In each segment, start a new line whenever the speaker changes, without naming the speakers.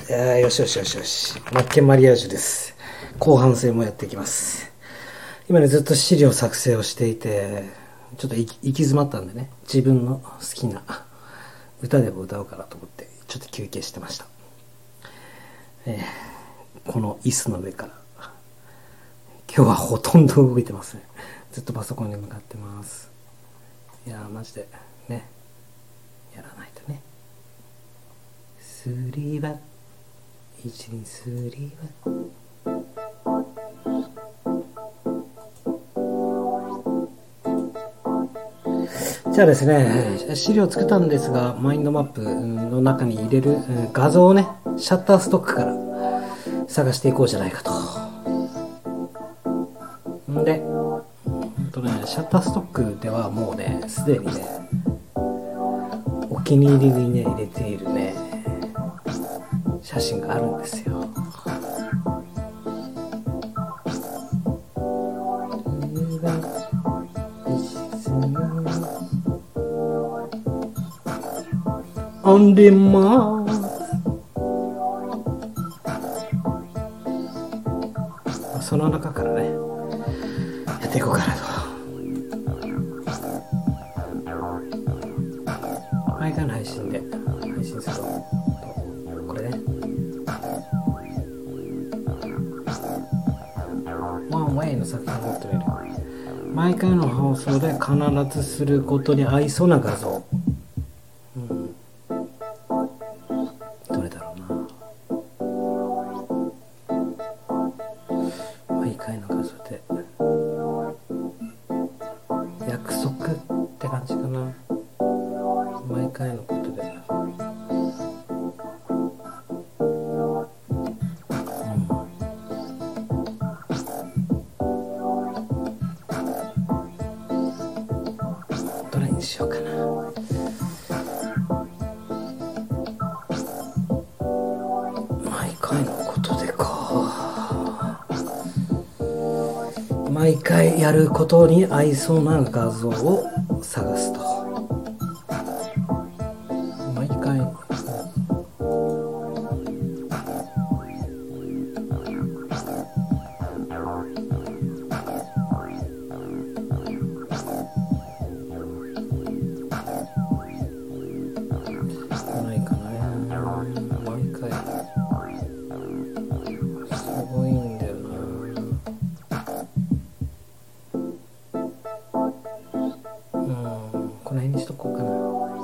よしよしよしよし。マッケンマリアージュです。後半戦もやっていきます。今ね、ずっと資料作成をしていて、ちょっと行き詰まったんでね、自分の好きな歌でも歌おうかなと思って、ちょっと休憩してました。この椅子の上から、今日はほとんど動いてますね。ずっとパソコンに向かってます。いやー、マジで、ね、やらないとね。スリーバ1、2、スリーバじゃあですね、資料作ったんですが、マインドマップの中に入れる画像をね、シャッターストックから探していこうじゃないかと。んで、シャッターストックではもうね、すでにね、お気に入りにね、入れているね、写真があるんですよ。オンデマその中からね、やっていこうかなと。毎回の配信で配信すると、これね、ワンウェイの作品を持ってみる。毎回の放送で必ずすることに合いそうな画像。どれだろうな。毎回の画像で約束って感じかな。毎回のことで、どれにしようかな。毎回のことでか。毎回やることに合いそうな画像を探すと。毎回ないかな。毎回すごいんだよな。この辺にしとこうかな。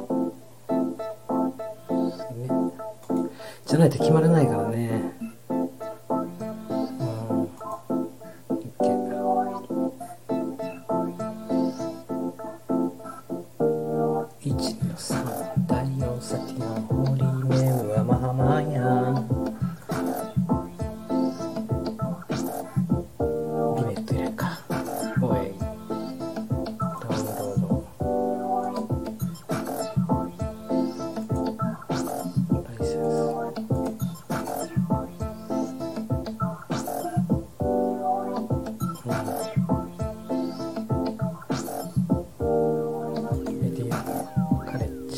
じゃないと決まらないからね。1の3、第4先のホーリーネームはマハマヤン。ビネット入れるか。おい、ダウンロード。ライセンス。メディアカレッジ。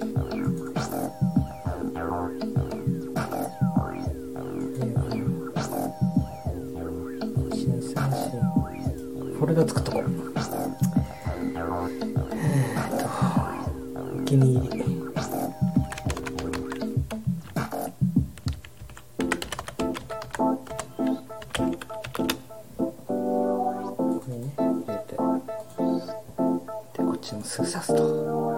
フォルダ作っとこう。お気に入り。これね、入れて。で、こっちもすぐ刺すと。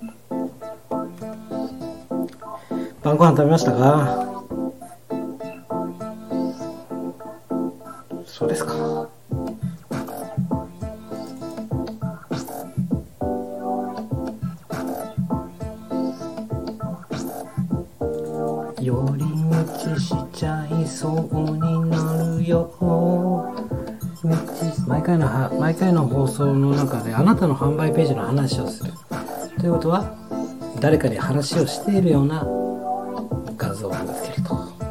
晩ご飯食べましたか？そうですか。寄り道しちゃいそうになるよ。毎回の放送の中であなたの販売ページの話をするということは、誰かに話をしているような画像を見つけると。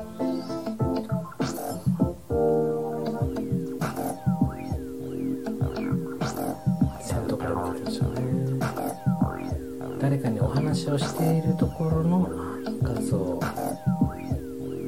先頭から見てみましょうね。誰かにお話をしているところの画像。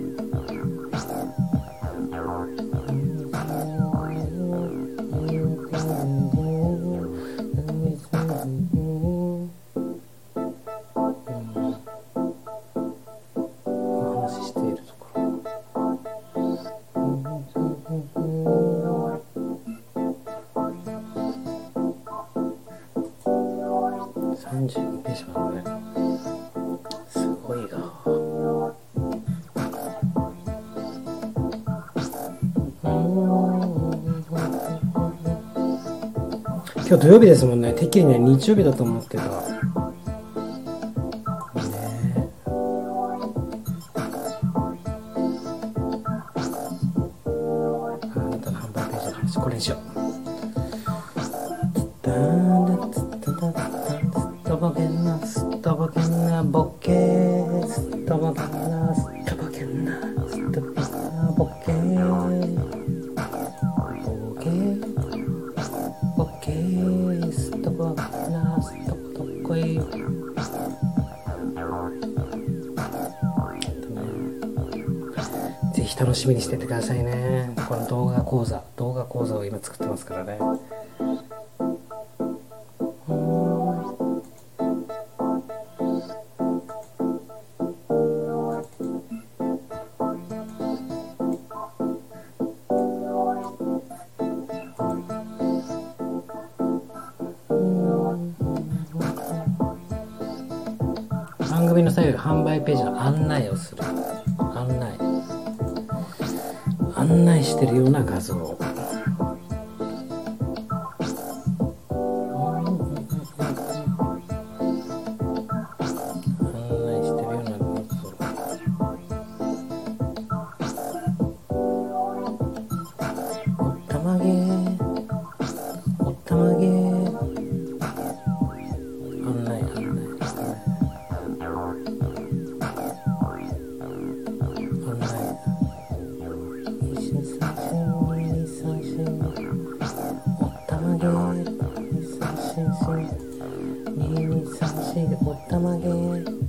今日土曜日ですもんね。てっきりね、日曜日だと思ってた。ねえ。あなたの販売ページの話、これにしよう。とぼけんな、すっとぼけんな、ボケー。すっとぼけんな、すっとぼけんな、すっとぼけんな、ボケー。ボケー。ボケー。すっとぼけんな、すっとぼどっこい。ぜひ楽しみにしててくださいね。この動画講座を今作ってますからね。番組の最後に販売ページの案内をする。案内してるような画像。おったまげおったまげ案内おったまげ2234おったまげ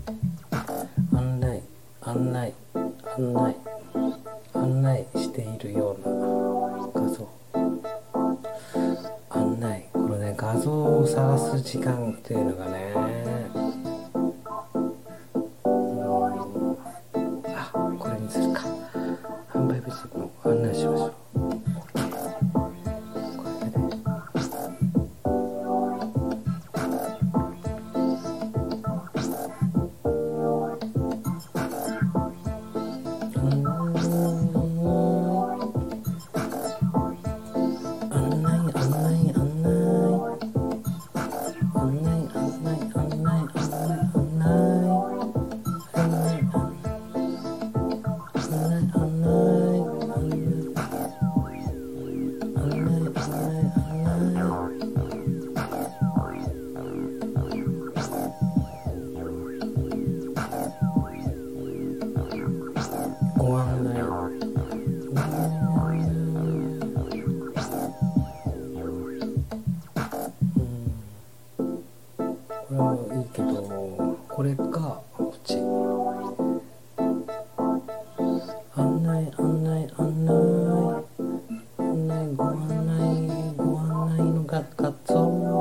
案内しているような画像。これね、画像を探す時間っていうのがね、これにするか。販売ページも案内しましょう。ご案内。これはいいけど、これかこっち。案内ご案内の画像。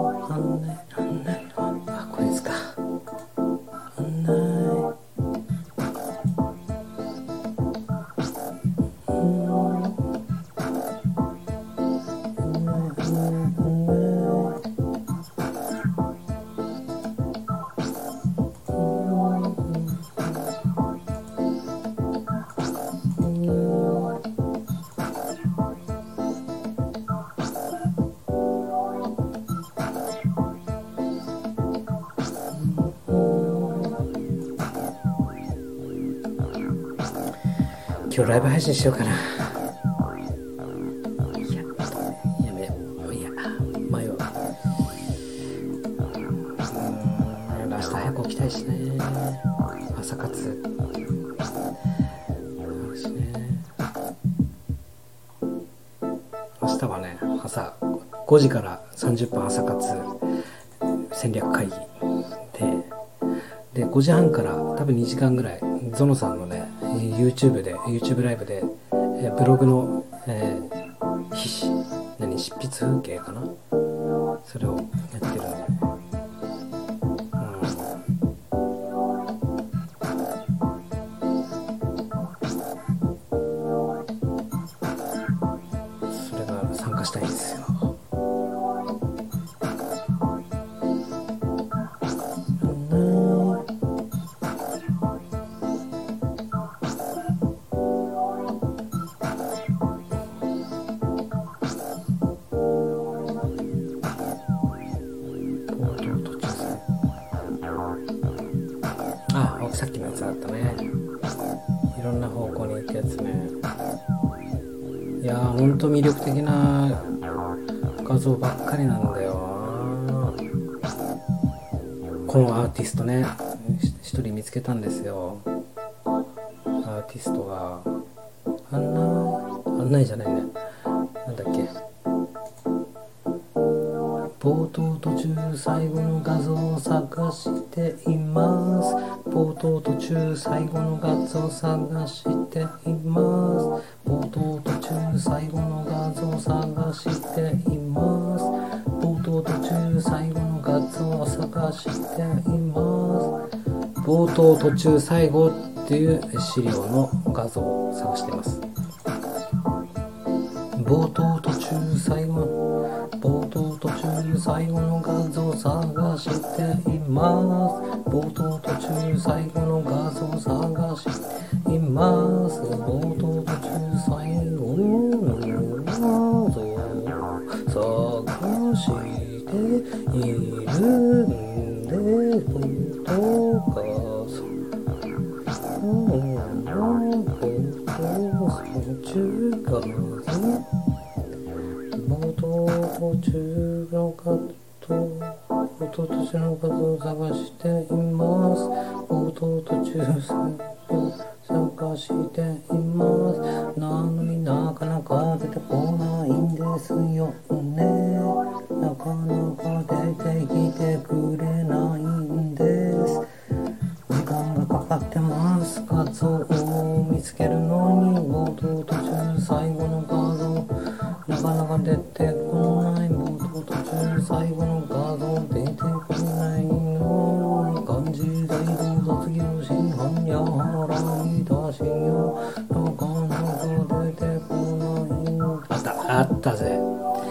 これですか。案内。今日ライブ配信しようかな。明日早く起きたいしね。朝活あるしね。明日はね、朝5時から30分朝活戦略会議で5時半から多分2時間ぐらいゾノさんのね YouTube ライブでブログの、執筆風景かな、それをやってるんで、それが参加したいんですよ。 んな方向に行くやつね。いやーほんと魅力的な画像ばっかりなんだよ。このアーティストね、一人見つけたんですよ。アーティストが案内じゃないね、なんだっけ、冒頭途中最後の画像を探しています。冒頭途中最後の画像を探しています。冒頭途中最後の画像を探しています。冒頭途中最後の画像を探しています。冒頭途中最後っていう資料の画像を探しています。冒頭途中最後、冒頭途中最後の画像を探しています。冒頭途中最後の画像を探しています。冒頭途中最後の画像を探しているんでとか冒頭途中の画像を探しています。冒頭途中探しています。なのになかなか出てこないんですよね。なかなか出てきてくれないんです。時間がかかってます。画像を見つけるのに冒頭途中最後の画像なかなか出てこない。冒頭途中最後の画像出てこないの。漢字大道卒業新般や払い出しよ。なかなか出てこないの。あったぜ。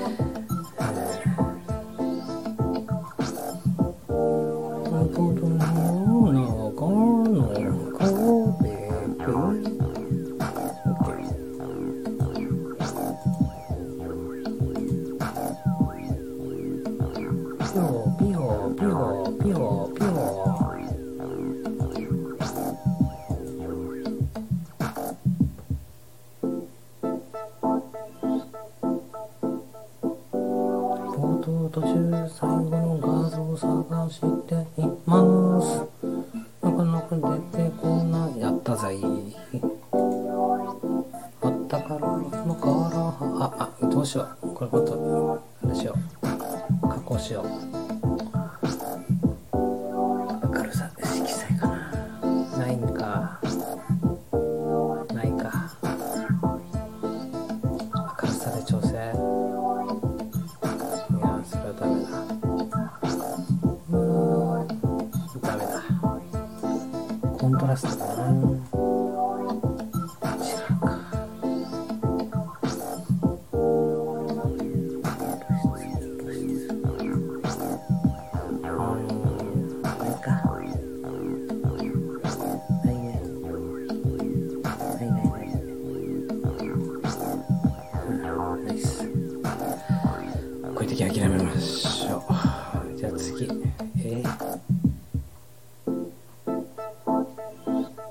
ピヨピヨピヨピヨ。冒頭途中最後の画像を探しています。なかなか出てこない。やったぜ。あったから今からどうしよう。これまたあれしよう。加工しよう。明るさ色彩かな。ないんか。ないか。明るさで調整。いやそれはダメだ。ダメだ。コントラストかな。こういう時は諦めましょう。じゃあ次、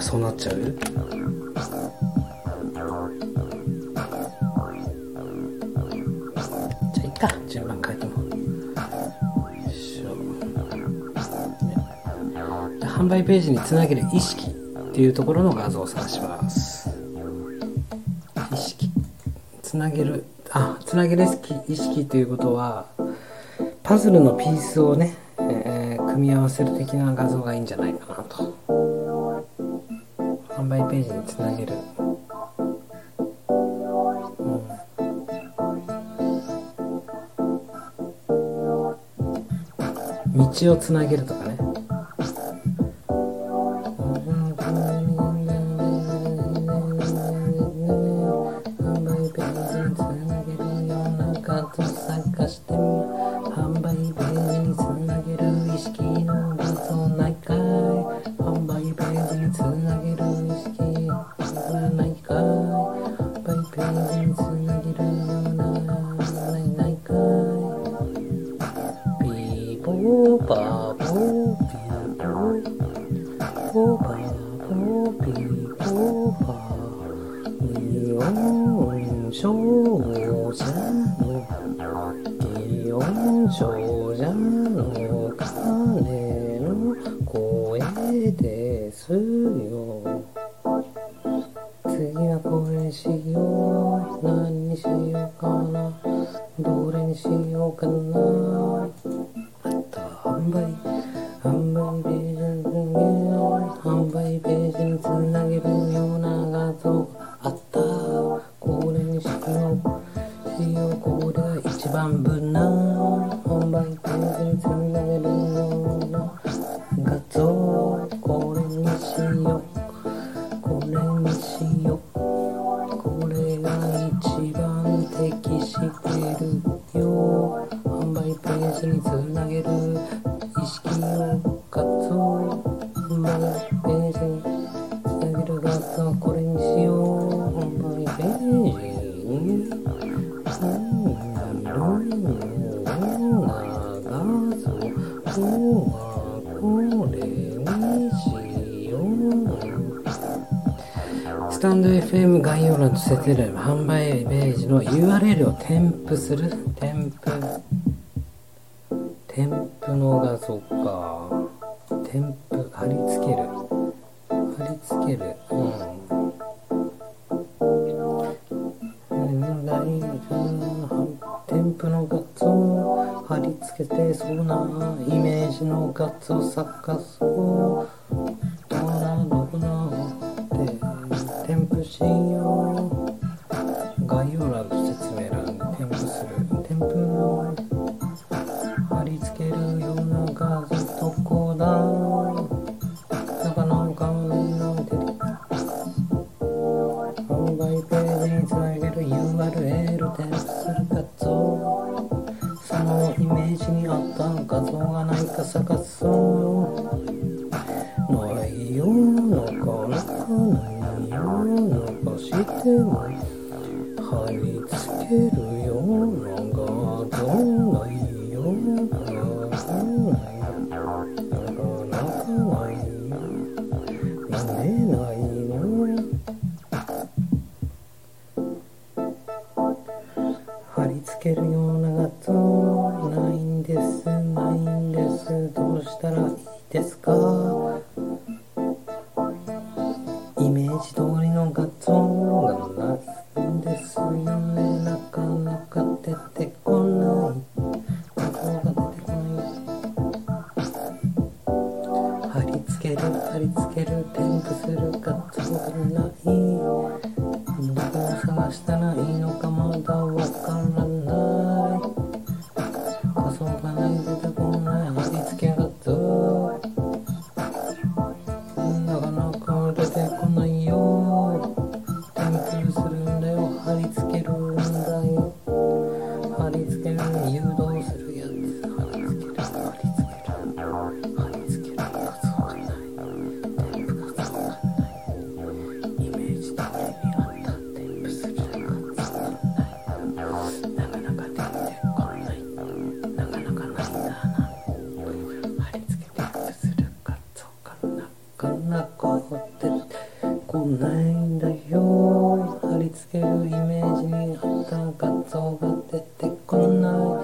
ぱそうなっちゃう。じゃあいっか、順番変えても。販売ページにつなげる意識っていうところの画像を探します。意識、つなげる意識ということはパズルのピースをね、組み合わせる的な画像がいいんじゃないかなと。販売ページにつなげる、道をつなげるとかね。スタンド FM 概要欄と設定欄の販売ページの URL を添付する。添付の画像か。添付、貼り付ける。添付の画像貼り付けてそうなイメージの画像探そう。どうなって添付しよう。概要欄と説明欄に添付する。添付の貼り付けるような画像どこだ。なかなかないで販売ページにつなげる URL 添付する画像。そのイメージに合った画像がないか探そう。ないよなかなかないよなかしても貼り付けるような画像ないよなかなかないなんでないの。貼り付けるような画像ないんです。どうしたらいいですか。イメージ通りの画像がないんですよね。なかなか出てこない画像が出てこない。貼り付ける添付する画像がない。どこを探したらいいのかまだわからない。画像がない出てこない。 ないんだよ。貼り付けるイメージに合った画像が出てこない。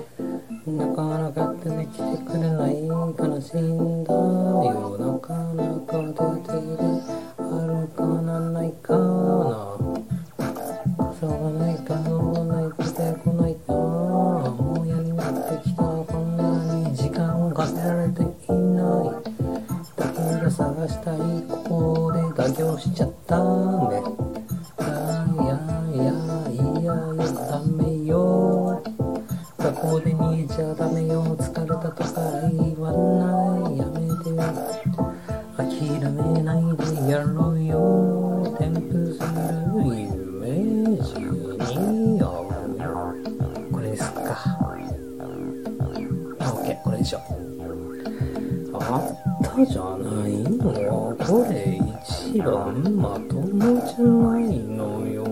なかなか出てきてくれない。悲しいんだよ。なかなか出てる。あるかなないかな。そうがないかそうがない出てこないな。もう嫌になってきた。こんなに時間をかけられていない。だけど探したい。ここで妥協しちゃったね。いやダメよ。ここで逃げちゃダメよ。疲れたとか言わない。やめてよ。諦めないでやろうよ。添付するイメージに合うよ。これですか。OK、これでしょ。あったじゃないの。これ一番まともじゃないのよ。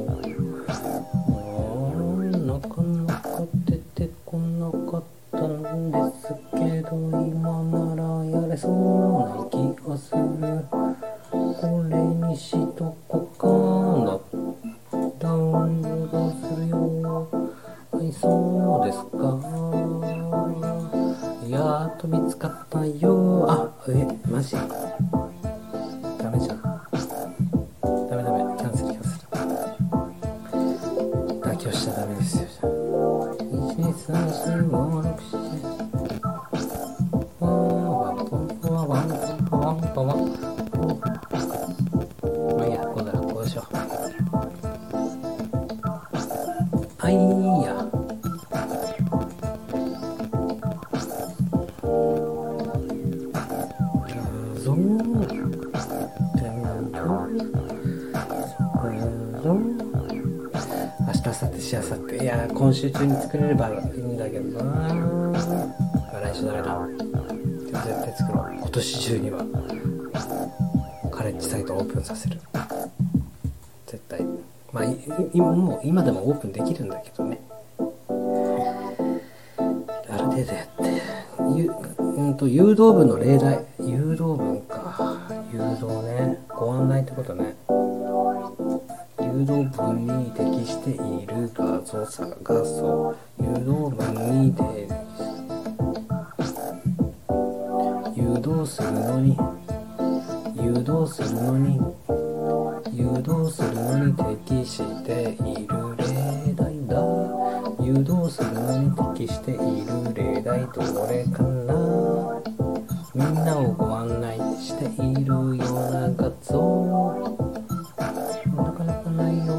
なかなか出てこなかったんですけど、今ならやれそうな気がする。これにしとこかな。ダウンロードするよ。はい、そうですか。やっと見つかったよ。マジダメじゃん。ダメ、キャンセル。妥協しちゃダメですよ。じゃあ1、2、3、4、5、6、7まあいいや、こうでしょう。いいや。明日、明後日、しあさって。いや、今週中に作れればいいんだけどな。来週ダメだ。絶対作ろう。今年中にはカレッジサイトをオープンさせる。絶対。まあもう今でもオープンできるんだけどね。ある程度やって誘導文の例題。誘導文か。誘導ね。ご案内ってことね。誘導文に適している画像を探そう。誘導文に誘導するのに適している例題だ。誘導するのに適している例題どれかな。みんなをご案内しているような画像なかなかないよ。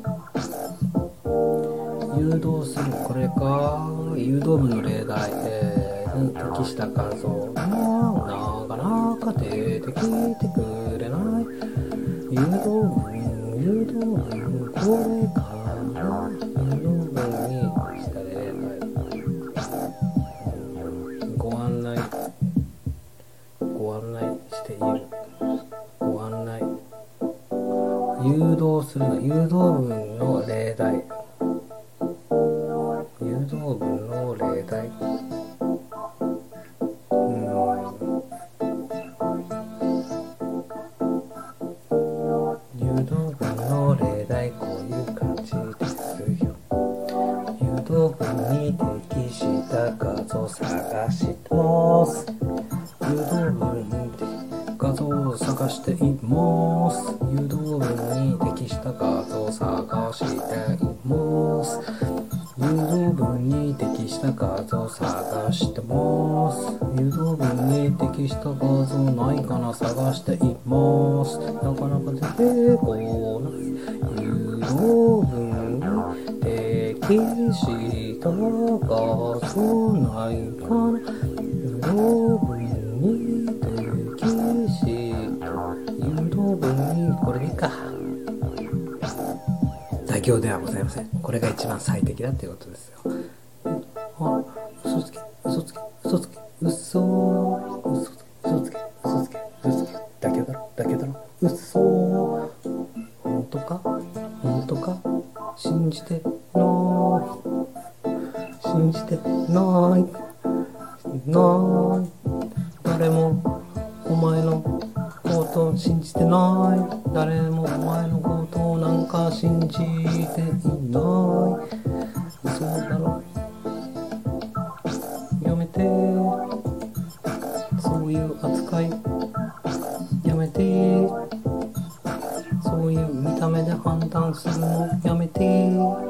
誘導する、これか。誘導文の例題、に適した画像なかなか出てきてくれない。誘導文これかな。誘導文に適した例題、ご案内している。ご案内誘導するの。誘導文の例題。誘導文の例題。誘導文の例題、こういう感じですよ。誘導文に適した画像探してます。誘導文で画像を探しています。誘導文に適した画像を探しています。誘導文に適した画像を探してます。誘導文に適した画像ないかな、探しています。なかなか出てこない。誘導文に適した画像ないかな。誘導文に適した誘導文にこれでいいか。妥協ではございません。これが一番最適だということですよ。嘘つけ。妥協だろ。嘘。本当か。信じてない。誰もお前のここと信じてない。誰もお前のことなんか信じていない。そうだろ。やめて、そういう扱いやめて、そういう見た目で判断するのやめて、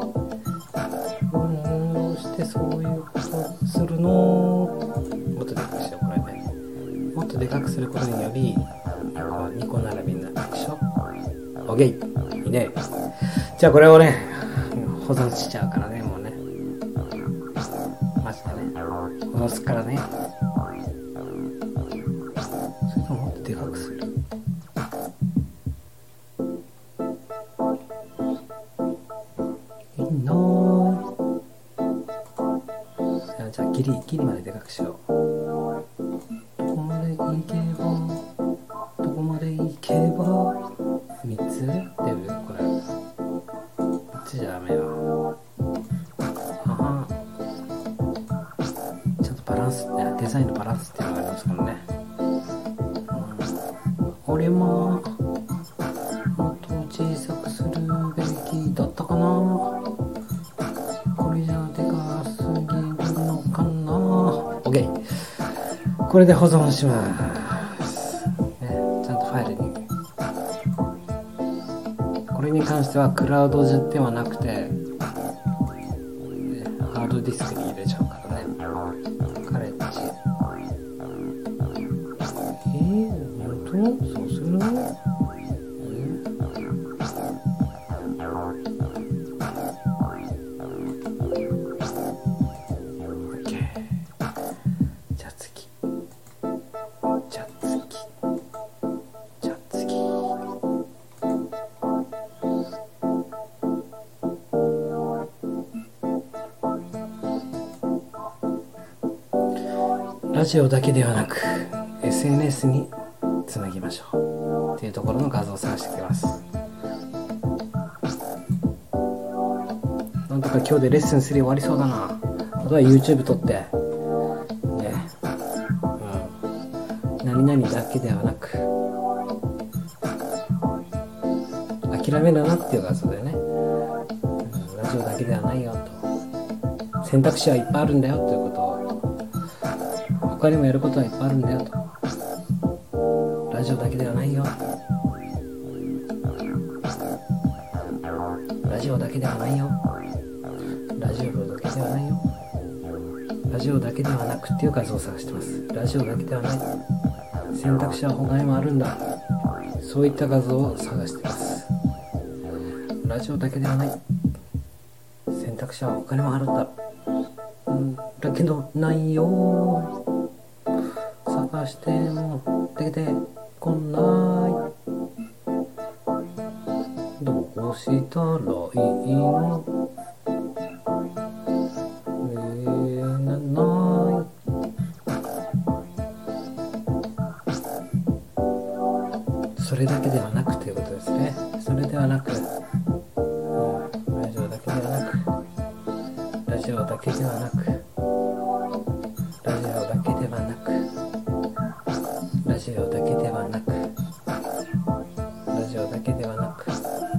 どうしてそういうことするの。もっとでかくしよう。これね、もっとでかくすることにより2個並びになるでしょ。 OK、 いいね。じゃあこれをね保存しちゃうからね、もうねマジでね保存すっからね。それとももっとでかくする。いいなぁ。じゃあギリまででかくしよう。どこまで行けば3つ出る。これ3つじゃダメよ。はちゃんとバランス、デザインのバランスっていうのがありますからね。俺ももっと小さくするべきだったかな。これじゃでかすぎるのかな。 OK、 これで保存します、ね、ちゃんとファイルに。これに関してはクラウドではなくてハードディスクに入れちゃうからね。カレッジ本当そうするの。ラジオだけではなく SNS につなぎましょうっていうところの画像を探してきます。なんとか今日でレッスン3終わりそうだな。あとは YouTube 撮ってね、何々だけではなく諦めるなっていう画像でね、ラジオだけではないよと、選択肢はいっぱいあるんだよということを、他にもやることはいっぱいあるんだよと、ラジオだけではないよ、ラジオだけではないよ、ラジオだけではないよ、ラジオだけではなくっていう画像を探してます。ラジオだけではない、選択肢は他にもあるんだ、そういった画像を探してます。ラジオだけではない、選択肢は他にもあるんだ、だけどないよ、探しても出てこない、どうしたらいいの、ない、それだけではなくということですね。それではなく、ラジオだけではなく、ラジオだけではなく、ラジオだけではなく、ラジオだけではなく、ラジオだけではなく、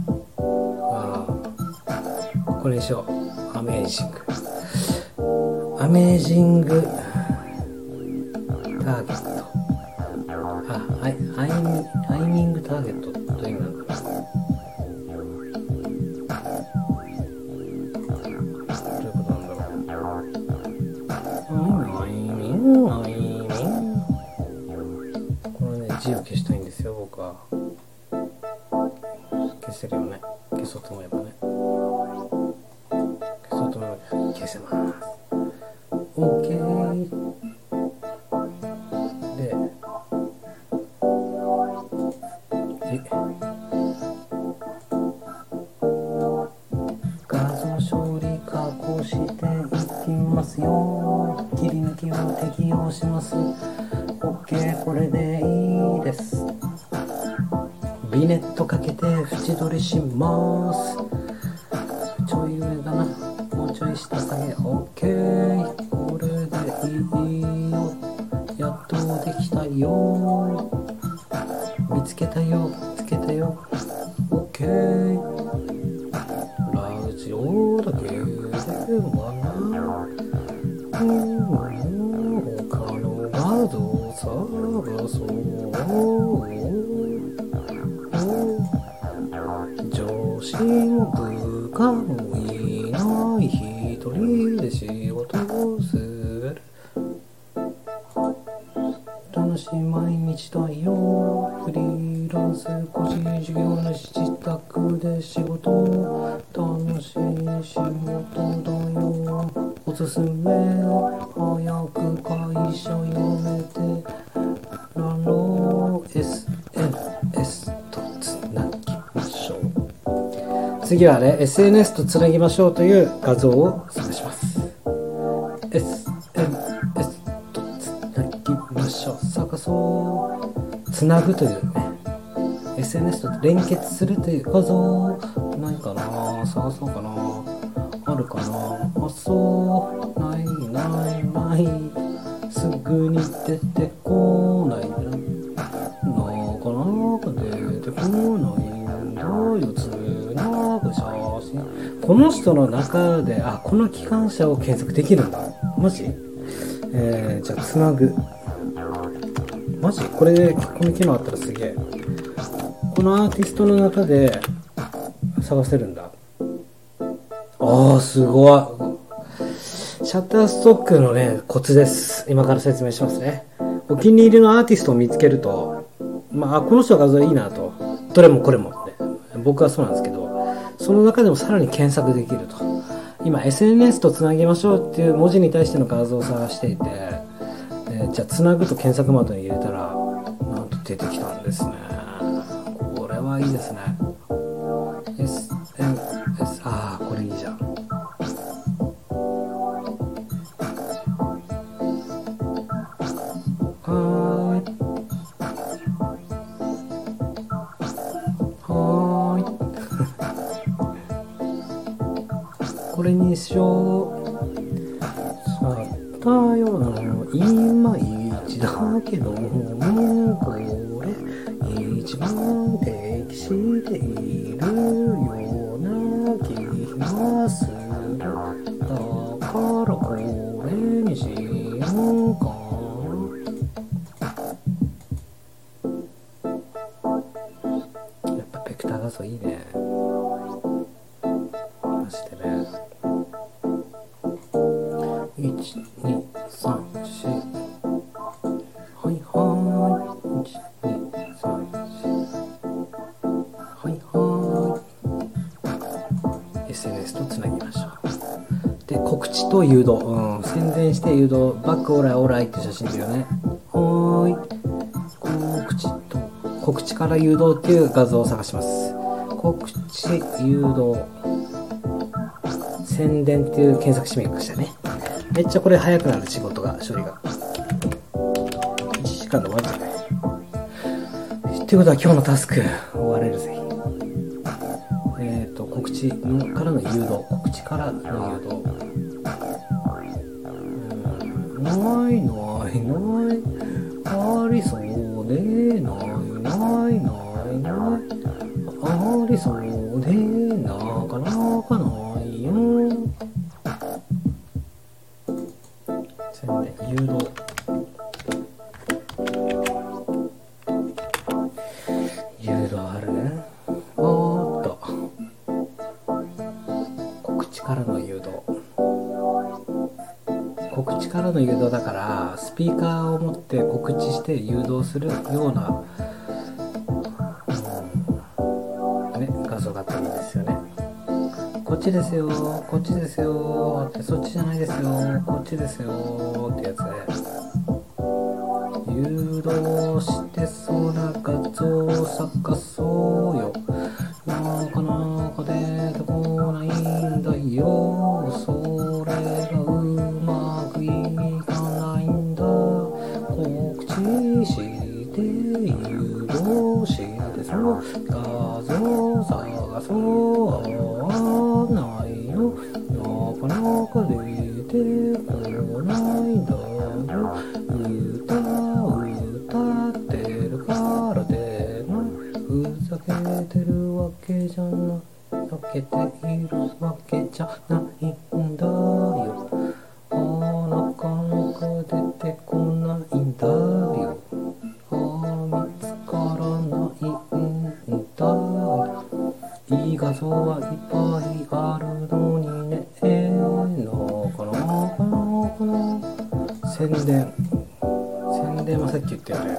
これにしよう。アメージング、アメージングターゲット、アイミングターゲットという意味なのかな。どういうことなんだろう。アイミンこのね字を消したいんですよ、僕は。消せるよね、消そうと思えばね、消そうと思えば消せます。 OK で、画像処理加工していきますよ。切り抜きを適用します。 OK、 これでいいです。ビネットかけて縁取りします。ちょい上だな、もうちょい下下げ。 OK、 これでいいよ、やっとできたよ。見はな他の画像を探そう上司も部下もいない一人で仕事をする楽しい毎日だよフリーランス個人事業主自宅で仕事楽しい仕事だよおすすめ早く会社辞めてラロー SNS とつなぎましょう次はね SNS とつなぎましょうという画像を探します SNS とつなぎましょう探そうつなぐというね SNS と連結するという画像ないかな探そうかなあるかなあそうないないないすぐに出てこないなかなか出てこないんだよつなぐ写真この人の中でこの機関車を検索できるんだマジじゃあつなぐマジこれでこの機能あったらすげえこのアーティストの中で探せるんだすごいシャッターストックのねコツです今から説明しますねお気に入りのアーティストを見つけるとこの人の画像いいなとどれもこれもって僕はそうなんですけどその中でもさらに検索できると今 SNS とつなぎましょうっていう文字に対しての画像を探していて、じゃあつなぐと検索窓に入れたらなんと出てきたんですねこれはいいですね SNS これいいじゃんこれにしようさったよいまいちだけどもこれ一番適しているような気がするだからこれにしようかやっぱベクター画像いいねましてね123はいSNS とつなぎましょうで告知と誘導、宣伝して誘導バックオーライオーライって写真だよね告知から誘導っていう画像を探します告知誘導宣伝っていう検索してみましたねめっちゃこれ早くなる仕事が処理が1時間で終わっちゃうねということは今日のタスク終われるぜ告知からの誘導告知からの誘導ないありそうでないありそうでなかなかないよ宣伝誘導あるね告知からの誘導告知からの誘導だからスピーカーを持って告知して誘導するような、画像だったらいいですよねこっちですよこっちですよってそっちじゃないですよこっちですよってやつで誘導してそうな画像を探そうよなかなか出てこないんだよそれがうまくいかないんだ告知して誘導してその画像探そうないよなかなか出てこないんだよ歌ってるからでなふざけてるわけじゃない避けているわけじゃないんだ宣伝はさっき言ったよね。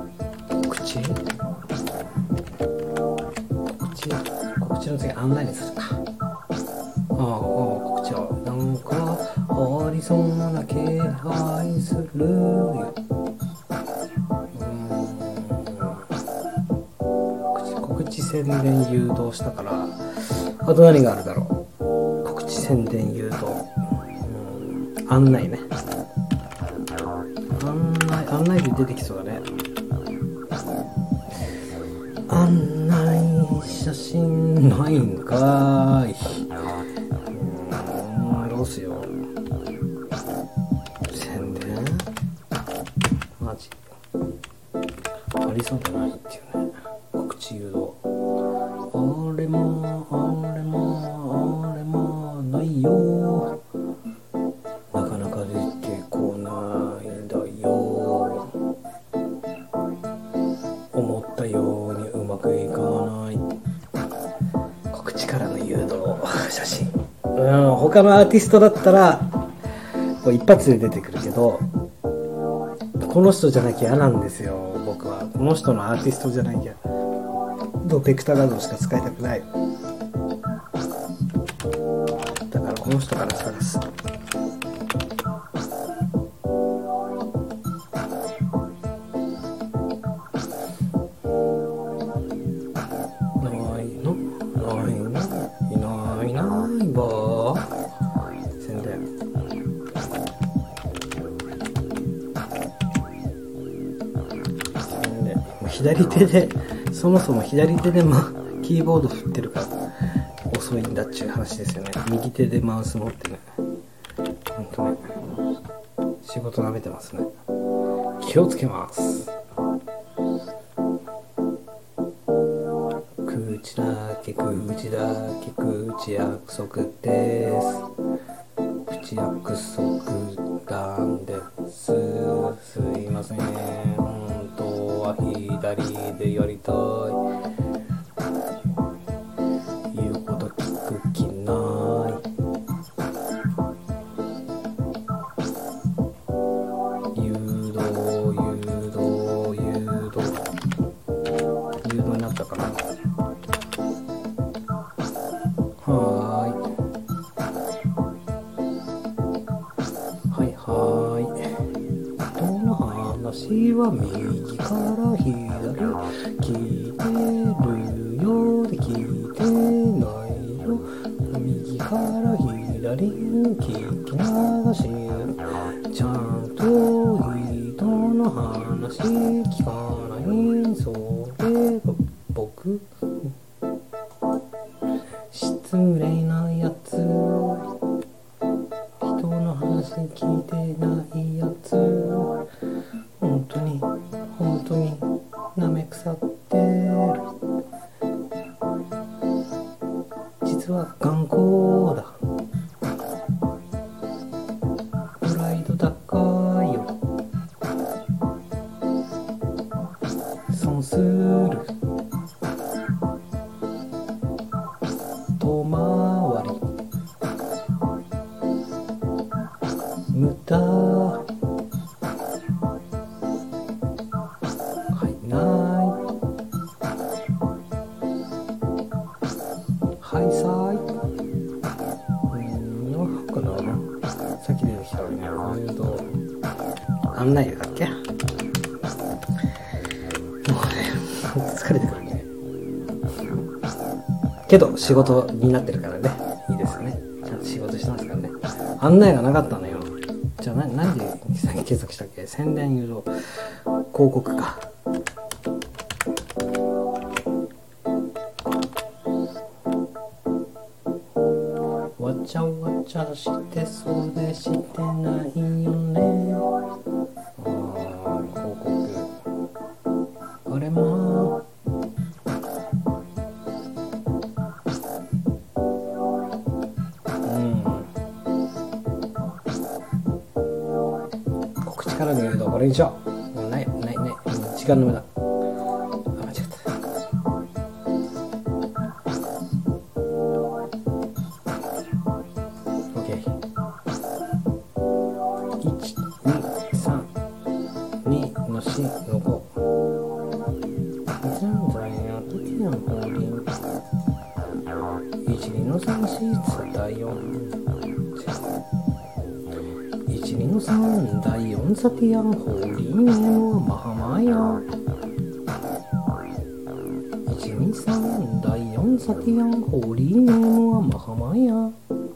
告知の次案内にするか。告知をなんかありそうな気配するよ。告知宣伝誘導したから、あと何があるだろう。告知宣伝誘導、案内ね。案内で出てきそうだね。案内写真ないんかーい。どうしよう。宣伝マジありそうじゃないっていうね。告知誘導、あれもないよ。なかなか出てこないんだよ。思ったようにうまくいかない。告知からの誘導写真、他のアーティストだったら一発で出てくるけど、この人じゃなきゃ嫌なんですよ。僕はこの人のアーティストじゃなきゃベクタ画像しか使いたくない。だからこの人から探す。ないば宣伝。左手で、そもそも左手でキーボード振ってるから遅いんだっちゅう話ですよね。右手でマウス持ってね、ほんとね、仕事なめてますね。気をつけます。口約束です。口約束なんです。すいません、本当は左でやりたい。言うこと聞く気ない。誘導になったかな。人の話は右から左、聞いてるようで聞いてないよ。右から左に聞き流し、ちゃんと人の話聞かない。それが僕、失礼なやつ。人の話聞いてないやつ、本当になめくさってる。実は頑固だ。プライド高いよ。損する。遠回り。無駄。はいない。はいさい。かな。さっき出てきたね。案内だっけ。もうね、疲れてくるね。けど仕事になってるからね、いいですよね。ちゃんと仕事してますからね。案内がなかったのよ。じゃあ何で検索したっけ。宣伝誘導広告か。わちゃわちゃしてそれしてないよね。広告あれも告知からの誘導、これにしよう。もうない時間の無駄。間違った。1、2、 1、2の3、第4サティアン、ホーリーネームはマハマヤ。1、2、3、第4サティアン、ホーリーネームはマハマヤ。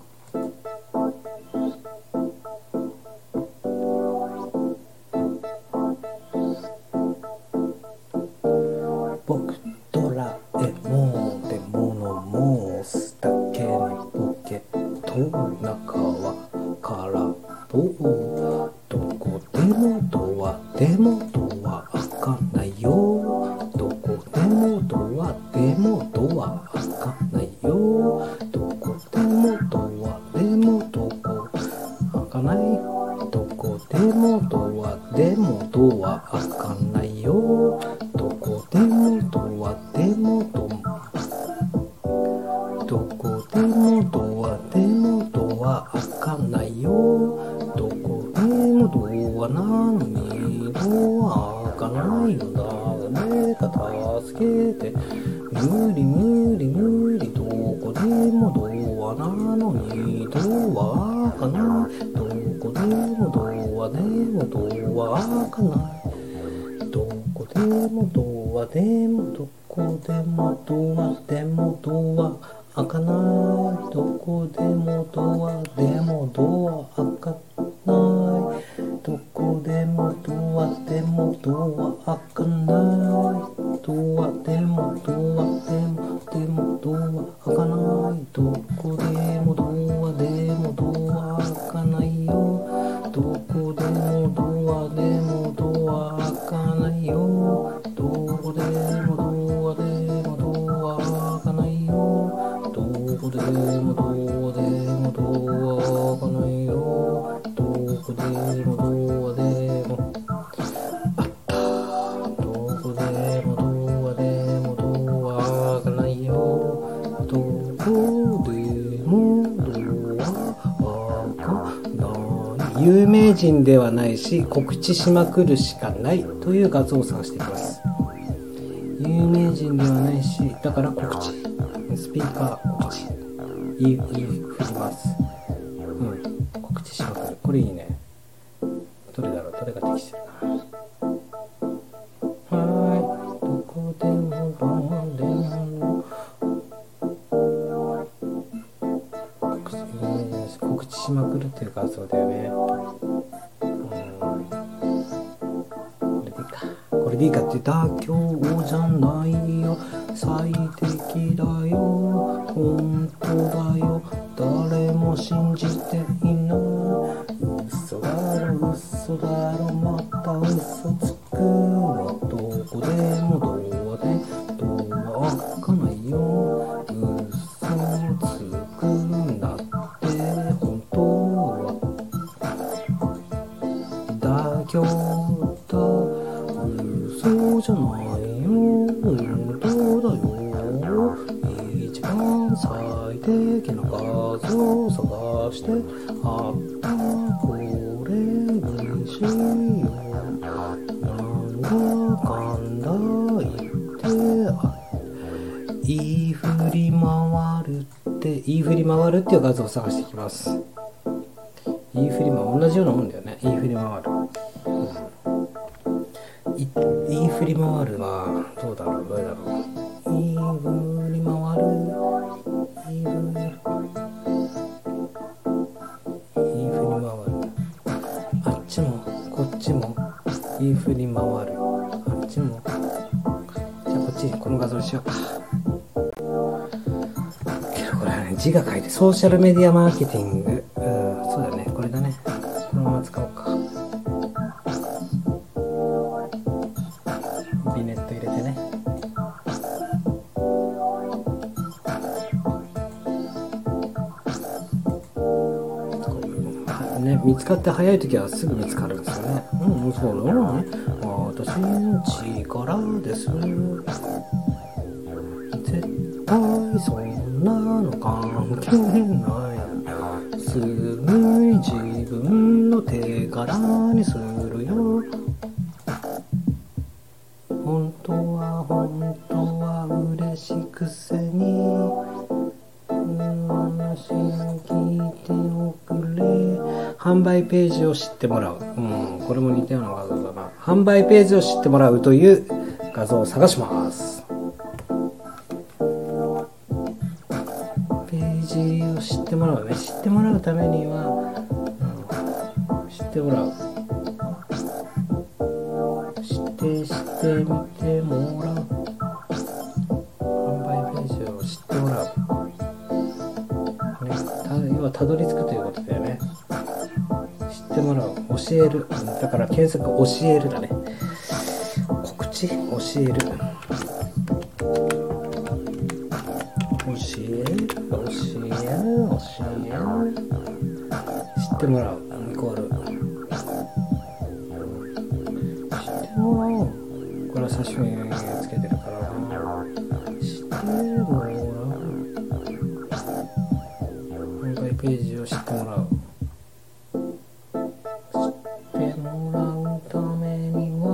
僕ドラえもんで物申すだけのポケットの中は空っぽ。どこでもドアでもドア開かないよ。どこでもドアでもドア開かないよ。どこでもドアでもどこ開かない。どこでもドアでもドア開かないよ。どこでもドアでもどこでもドアでもドア開かないよ。どこでもドアなのにドア開かないよ。誰か助けて。無理無理無理。どこでもドアなのにドア開かない。どこでもドアでもドア開かない。どこでもドアでもどこでもドアでもドア開かない。どこでもドアでもドア開かない。どこでもドアでもドア開かない。ドアでもドアでもドア開かない。どこでもドアでもドア開かないよ。どこでもドアでもドア開かないよ。どこでもドアでもドア開かないよ。どこでもドアでもドア開かないよ。どこでもドアでもあった。どこでもドアでもドア開かないよ。どこでもドア開かない。有名人ではないし告知しまくるしかないという画像を探しています。有名人ではないし、だから告知、スピーカー告知言い振ります。告知しまくる。これいいね。どれだろう、どれが適してるな。はーい、どこでもどこでも告知しまくるっていう画像だよね。これでいいかって妥協じゃないよ。最適だよ。本当だよ。誰も信じていない。嘘だろ嘘だろまた嘘つくわ。どこでもドアでドア開かないよ。嘘つくなって本当は妥協だ。嘘じゃないよ。本当だよ。一番最適な画像を探してあった。これにしよう。なんだかんだ言って言い振り回るっていう画像を探していきます。言い振り回る、同じようなもんだよね。言い振り回る、言い振り回るはどうだろう。言い振り回る、言い振り回る。あっちもこっちも言い振り回る。あっちも。じゃあこっちこの画像にしようか。けどこれはね、字が書いてソーシャルメディアマーケティング。そうだね、これだね。このまま使おうか。ビネット入れてね。見つかって早い時はすぐ見つかるんですよね。そうだね。私の力です。絶対そんなの関係ない。すぐに自分の手柄にするよ。本当は嬉しくせに話を聞いておくれ。半販売ページを知ってもらう。これも似たような画像だな。販売ページを知ってもらうという画像を探します。ページを知ってもらうね。知ってもらうためには、知ってもらう。知ってみてもらう。販売ページを知ってもらう。要はたどり着くということだよね。知ってもらう。教える。だから検索教えるだね。告知教える。教える。知ってもらう。イコール。知ってもらおう。これは最初につけてるからな。知ってもらう。販売ページを知ってもらう。知ってもらうためには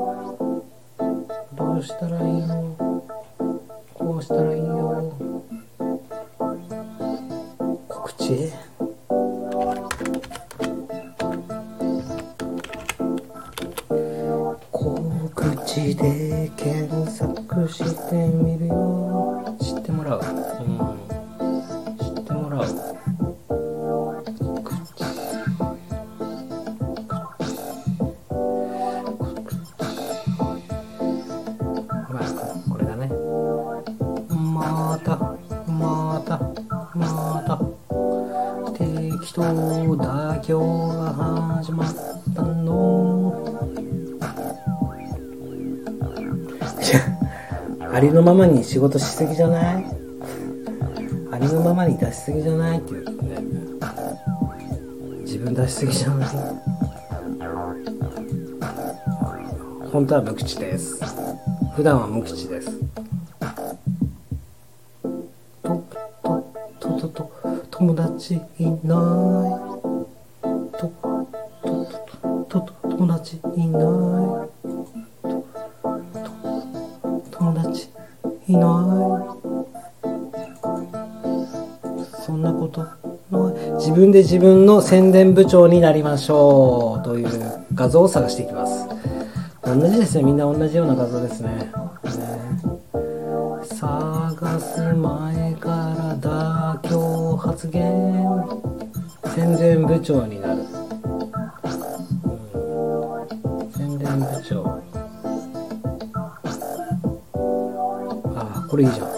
どうしたらいいの？こうしたらいいよ。告知？告知で検索してみるよ。知ってもらう。知ってもらう。これだね。また適当だ。今日が始まったの。ありのままに仕事しすぎじゃない？ありのままに出しすぎじゃないっていうね。自分出しすぎじゃない？本当は無口です。普段は無口です。友達いない。友達いない。友達いない。そんなことない。自分で自分の宣伝部長になりましょうという画像を探していきます。同じですね。みんな同じような画像ですね。探す前から妥協発言。宣伝部長になる。宣伝部長。これいいじゃん。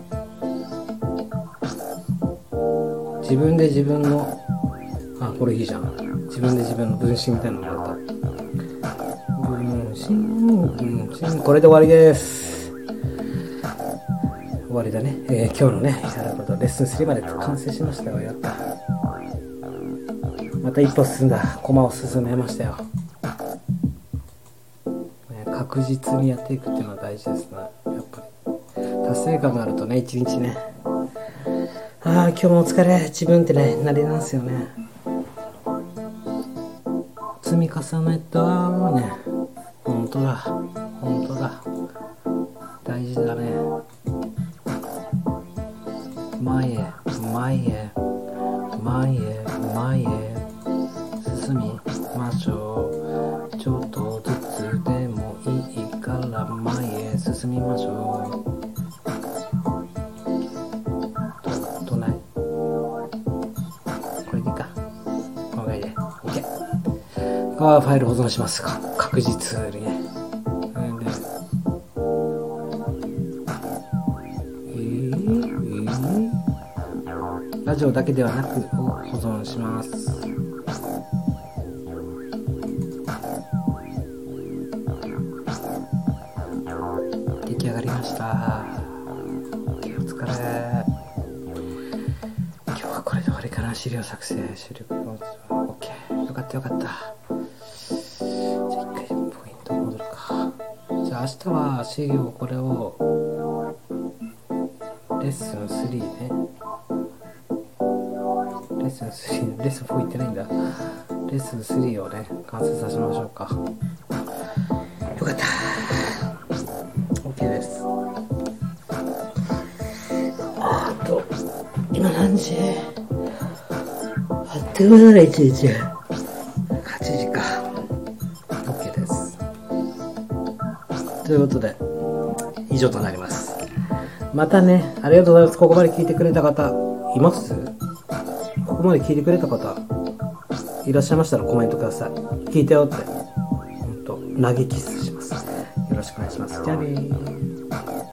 自分で自分のこれいいじゃん。自分で自分の分身みたいなのがあった。分身。これで終わりです。終わりだね。今日のね、やることレッスン3まで完成しましたよ。やった。また一歩進んだ。駒を進めましたよ。確実にやっていくっていうのは大事ですね。やっぱり達成感があるとね、一日ね、今日もお疲れ、自分ってね、なりますよね。積み重ねたね。本当だ大事だね。前へ進みましょう。ちょっとずつでもいいから前へ進みましょう。どない？これでいいか。このぐらいで OK。ファイル保存しますか。確実にね。ラジオだけではなく保存します。出来上がりました。お疲れ。今日はこれで終わりかな。資料作成終了。 OK。 よかった。じゃあ一回ポイント戻るか。じゃあ明日は資料これをレッスン3ね。レッスン4行ってないんだ。レッスン3をね、完成させましょうか。よかった。 OK です。今何時？あっという間だね、一日。 ということで、以上となります。またね、ありがとうございます。ここまで聞いてくれた方、います？ここまで聞いてくれた方、いらっしゃいましたらコメントください。聞いたよって、投げキッスします。よろしくお願いします。じゃあねー。